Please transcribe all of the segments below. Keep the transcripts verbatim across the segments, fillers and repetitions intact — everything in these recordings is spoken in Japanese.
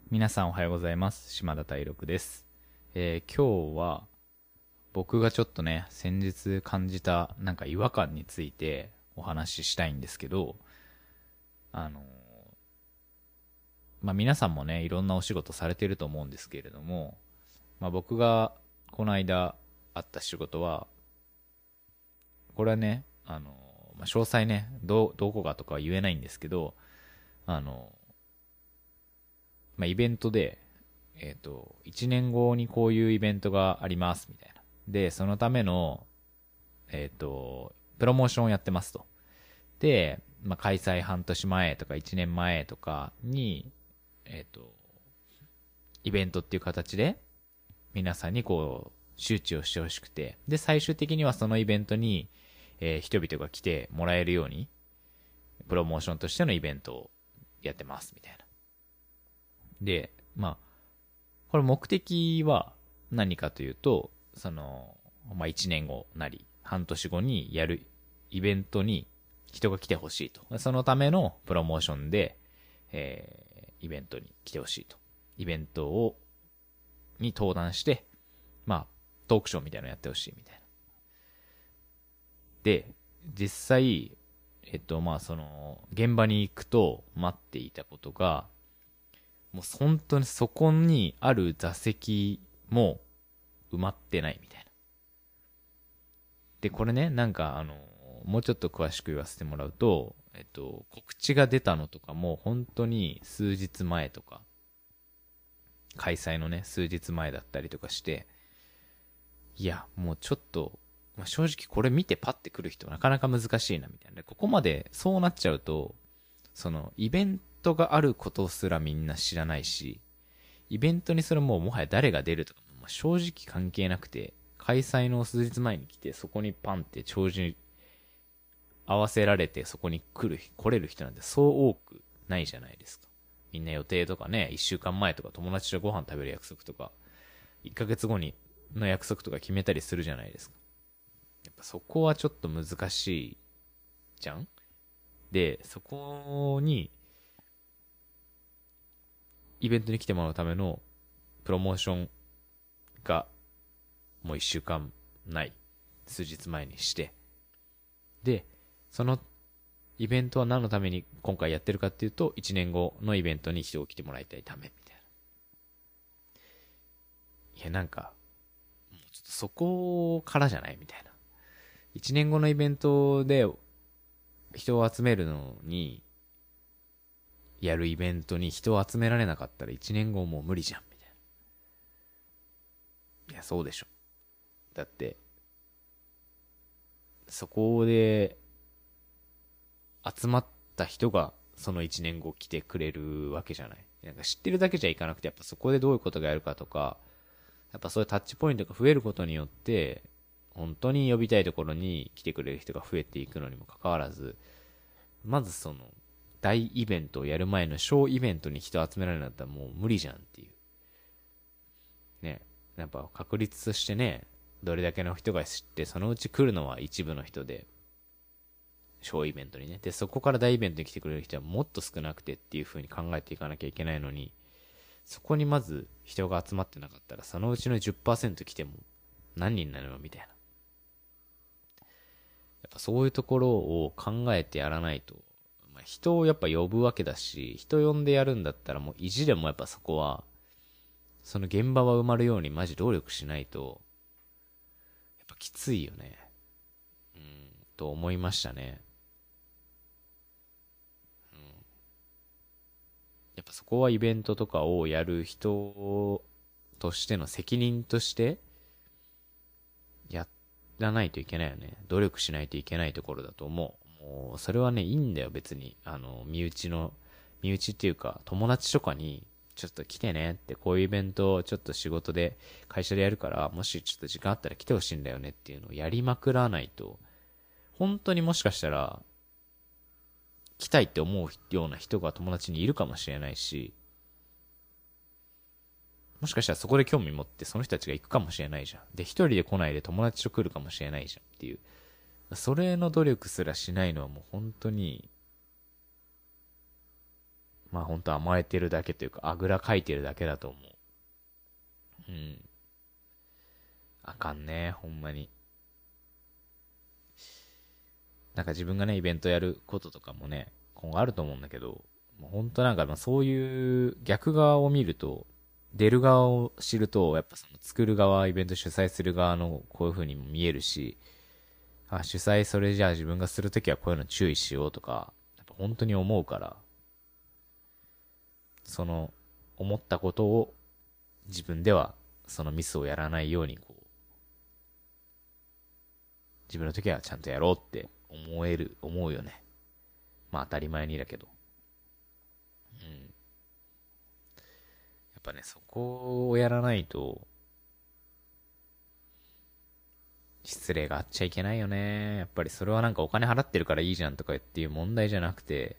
皆さんおはようございます。島田大六です。えー今日は僕がちょっとね、先日感じたなんか違和感についてお話ししたいんですけど、あのーまあ、皆さんもね、いろんなお仕事されてると思うんですけれども、まあ、僕がこの間あった仕事は、これはね、あのーまあ、詳細ね、ど、どこかとかは言えないんですけど、あのーまあ、イベントで、えっと、いちねんごにこういうイベントがあります、みたいな。で、そのための、えっと、プロモーションをやってますと。で、まあ、開催半年前とかいちねんまえとかに、えっと、イベントっていう形で、皆さんにこう、周知をしてほしくて、で、最終的にはそのイベントに、えー人々が来てもらえるように、プロモーションとしてのイベントをやってます、みたいな。で、まあ、これ目的は何かというと、その、まあ、いちねんごなり、半年後にやるイベントに人が来てほしいと。そのためのプロモーションで、えー、イベントに来てほしいと。イベントを、に登壇して、まあ、トークショーみたいなのやってほしいみたいな。で、実際、えっと、まあ、その、現場に行くと待っていたことが、もう本当にそこにある座席も埋まってないみたいな。で、これね、なんかあの、もうちょっと詳しく言わせてもらうと、えっと、告知が出たのとかも本当に数日前とか、開催のね、数日前だったりとかして、いや、もうちょっと、まあ、正直これ見てパッて来る人なかなか難しいなみたいな。ここまでそうなっちゃうと、その、イベントがあることすらみんな知らないし、イベントにそれもうもはや誰が出るとか、まあ、正直関係なくて、開催の数日前に来て、そこにパンって帳尻合わせられて、そこに来る、来れる人なんてそう多くないじゃないですか。みんな予定とかね、一週間前とか友達とご飯食べる約束とか、一ヶ月後にの約束とか決めたりするじゃないですか。やっぱそこはちょっと難しいじゃん。で、そこに、イベントに来てもらうためのプロモーションがもう一週間ない数日前にして、で、そのイベントは何のために今回やってるかっていうと、いちねんごのイベントに人を来てもらいたいためみたいな。いや、なんか、もうちょっとそこからじゃないみたいな。いちねんごのイベントで人を集めるのに、やるイベントに人を集められなかったらいちねんごもう無理じゃんみたいな。いや、そうでしょ。だって、そこで集まった人がそのいちねんご来てくれるわけじゃない。なんか知ってるだけじゃいかなくて、やっぱそこでどういうことがやるかとか、やっぱそういうタッチポイントが増えることによって、本当に呼びたいところに来てくれる人が増えていくのにもかかわらず、まずその、大イベントをやる前の小イベントに人集められるんだったらもう無理じゃんっていう。ね。やっぱ確率としてね、どれだけの人が知って、そのうち来るのは一部の人で、小イベントにね。で、そこから大イベントに来てくれる人はもっと少なくてっていう風に考えていかなきゃいけないのに、そこにまず人が集まってなかったら、そのうちのじゅっパーセント来ても何人なのみたいな。やっぱそういうところを考えてやらないと、まあ、人をやっぱ呼ぶわけだし、人呼んでやるんだったらもう意地でもやっぱそこは、その現場は埋まるようにマジ努力しないと、やっぱきついよね。うん、と思いましたね。やっぱそこはイベントとかをやる人としての責任としてやらないといけないよね。努力しないといけないところだと思う。もう、それはね、いいんだよ、別に。あの、身内の、身内っていうか、友達とかに、ちょっと来てねって、こういうイベントをちょっと仕事で、会社でやるから、もしちょっと時間あったら来てほしいんだよねっていうのをやりまくらないと、本当にもしかしたら、来たいって思うような人が友達にいるかもしれないし、もしかしたらそこで興味持ってその人たちが行くかもしれないじゃん。で、一人で来ないで友達と来るかもしれないじゃんっていう。それの努力すらしないのはもう本当に、 まあ本当甘えてるだけというか、あぐらかいてるだけだと思う。うん。あかんね、ほんまに。なんか自分がね、イベントやることとかもね、今後あると思うんだけど、もう本当なんかまあそういう逆側を見ると、出る側を知ると、やっぱその作る側、イベント主催する側のこういう風にも見えるし、あ、主催それじゃあ自分がするときはこういうの注意しようとか、やっぱ本当に思うから、その思ったことを自分ではそのミスをやらないようにこう、自分の時はちゃんとやろうって思える、思うよね。まあ当たり前にだけど。うん。やっぱね、そこをやらないと、失礼があっちゃいけないよね。やっぱりそれはなんかお金払ってるからいいじゃんとかっていう問題じゃなくて、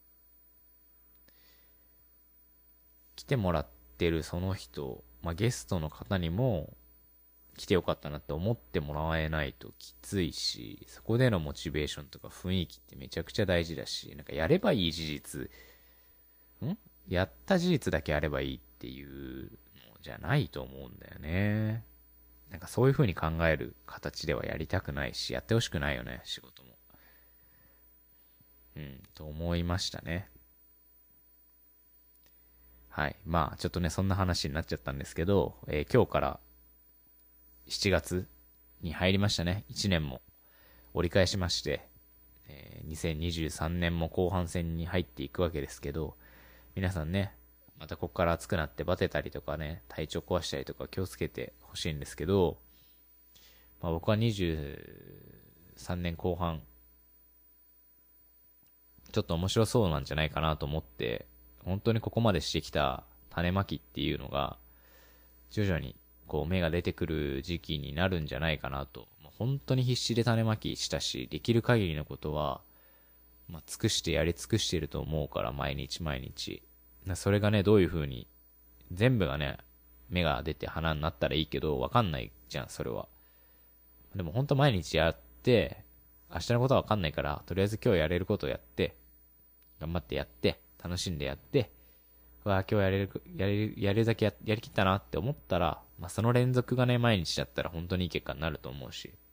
来てもらってるその人、まあゲストの方にも来てよかったなって思ってもらえないときついし、そこでのモチベーションとか雰囲気ってめちゃくちゃ大事だし、なんかやればいい事実、んやった事実だけあればいいっていうのじゃないと思うんだよね。なんかそういう風に考える形ではやりたくないし、やってほしくないよね、仕事も。うん、と思いましたね。はい。まあ、ちょっとね、そんな話になっちゃったんですけど、えー今日からしちがつに入りましたね。いちねんも折り返しまして、えーにせんにじゅうさんねんも後半戦に入っていくわけですけど、皆さんね、またここから暑くなってバテたりとかね、体調壊したりとか気をつけてほしいんですけど、まあ僕はにじゅうさんねんこう半、ちょっと面白そうなんじゃないかなと思って、本当にここまでしてきた種まきっていうのが、徐々にこう芽が出てくる時期になるんじゃないかなと。本当に必死で種まきしたし、できる限りのことは、まあ、尽くしてやり尽くしていると思うから、毎日毎日。それがね、どういう風に、全部がね、芽が出て花になったらいいけど、わかんないじゃん、それは。でも本当毎日やって、明日のことはわかんないから、とりあえず今日やれることをやって、頑張ってやって、楽しんでやって、わあ、今日やれる、やれる、やれるだけや、やりきったなって思ったら、まあ、その連続がね、毎日だったら本当にいい結果になると思うし、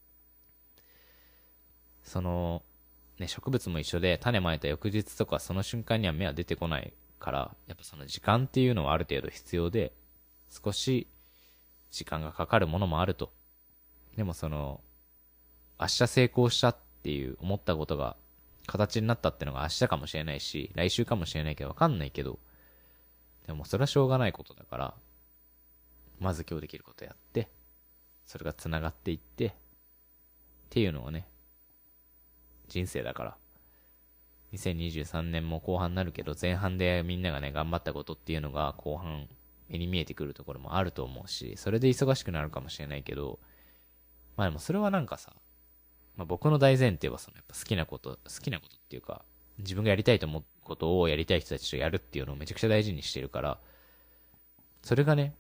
その、ね、植物も一緒で、種まいた翌日とかその瞬間には芽は出てこないから、やっぱその時間っていうのはある程度必要で、少し時間がかかるものもあると。でもその、明日成功したっていう思ったことが形になったってのが明日かもしれないし、来週かもしれないけどわかんないけど、でもそれはしょうがないことだから、まず今日できることやって、それが繋がっていって、っていうのをね、人生だから。にせんにじゅうさんねんも後半になるけど、前半でみんながね、頑張ったことっていうのが後半目に見えてくるところもあると思うし、それで忙しくなるかもしれないけど、まあでもそれはなんかさ、まあ僕の大前提はそのやっぱ好きなこと、好きなことっていうか、自分がやりたいと思うことをやりたい人たちとやるっていうのをめちゃくちゃ大事にしてるから、それがね、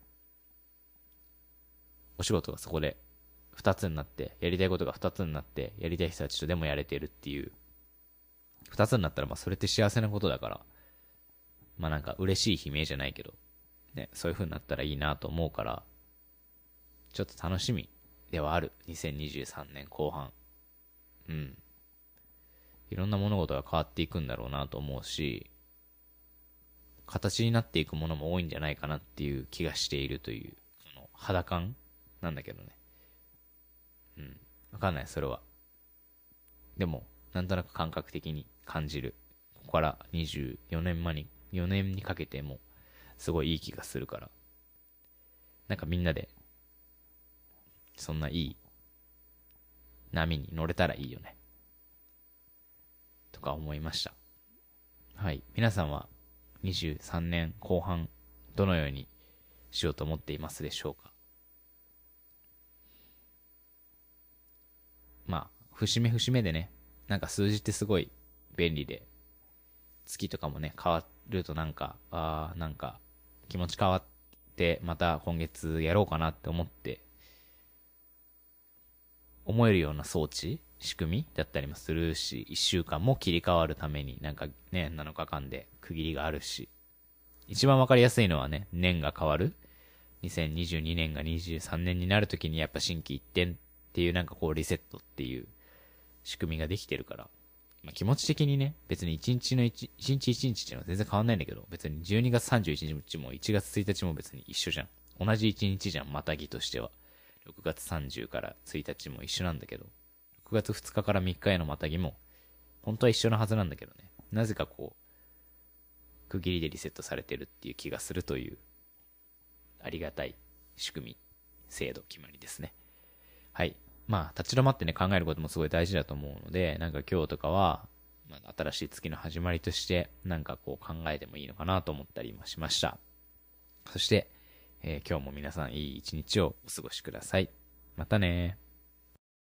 お仕事がそこで二つになって、やりたいことが二つになって、やりたい人たちとでもやれてるっていう、二つになったらまあそれって幸せなことだから、まあなんか嬉しい悲鳴じゃないけど、ね、そういう風になったらいいなと思うから、ちょっと楽しみではある。にせんにじゅうさんねんこう半。うん。いろんな物事が変わっていくんだろうなと思うし、形になっていくものも多いんじゃないかなっていう気がしているという、その肌感なんだけどね。うん。わかんない、それは。でも、なんとなく感覚的に感じる。ここからにじゅうよねんまえに、よねんにかけても、すごいいい気がするから。なんかみんなで、そんないい波に乗れたらいいよね。とか思いました。はい。皆さんはにじゅうさんねんこう半、どのようにしようと思っていますでしょうか。まあ、節目節目でね、なんか数字ってすごい便利で、月とかもね、変わるとなんか、あーなんか気持ち変わって、また今月やろうかなって思って、思えるような装置仕組みだったりもするし、いっしゅうかんも切り替わるためになんかね、なのかかんで区切りがあるし、一番わかりやすいのはね、年が変わる。にせんにじゅうにねんがにじゅうさんねんになるときにやっぱ心機一転っていうなんかこうリセットっていう仕組みができてるから、まあ、気持ち的にね、別に一日の一、一日一日っていうのは全然変わんないんだけど、別にじゅうにがつさんじゅういちにちもいちがつついたちも別に一緒じゃん。同じ一日じゃん、またぎとしては。ろくがつさんじゅうからついたちも一緒なんだけど、ろくがつふつかからみっかへのまたぎも、本当は一緒のはずなんだけどね。なぜかこう、区切りでリセットされてるっていう気がするという、ありがたい仕組み、制度、決まりですね。はい。まあ、立ち止まってね、考えることもすごい大事だと思うので、なんか今日とかは、まあ、新しい月の始まりとして、なんかこう考えてもいいのかなと思ったりもしました。そして、えー今日も皆さんいい一日をお過ごしください。またねー。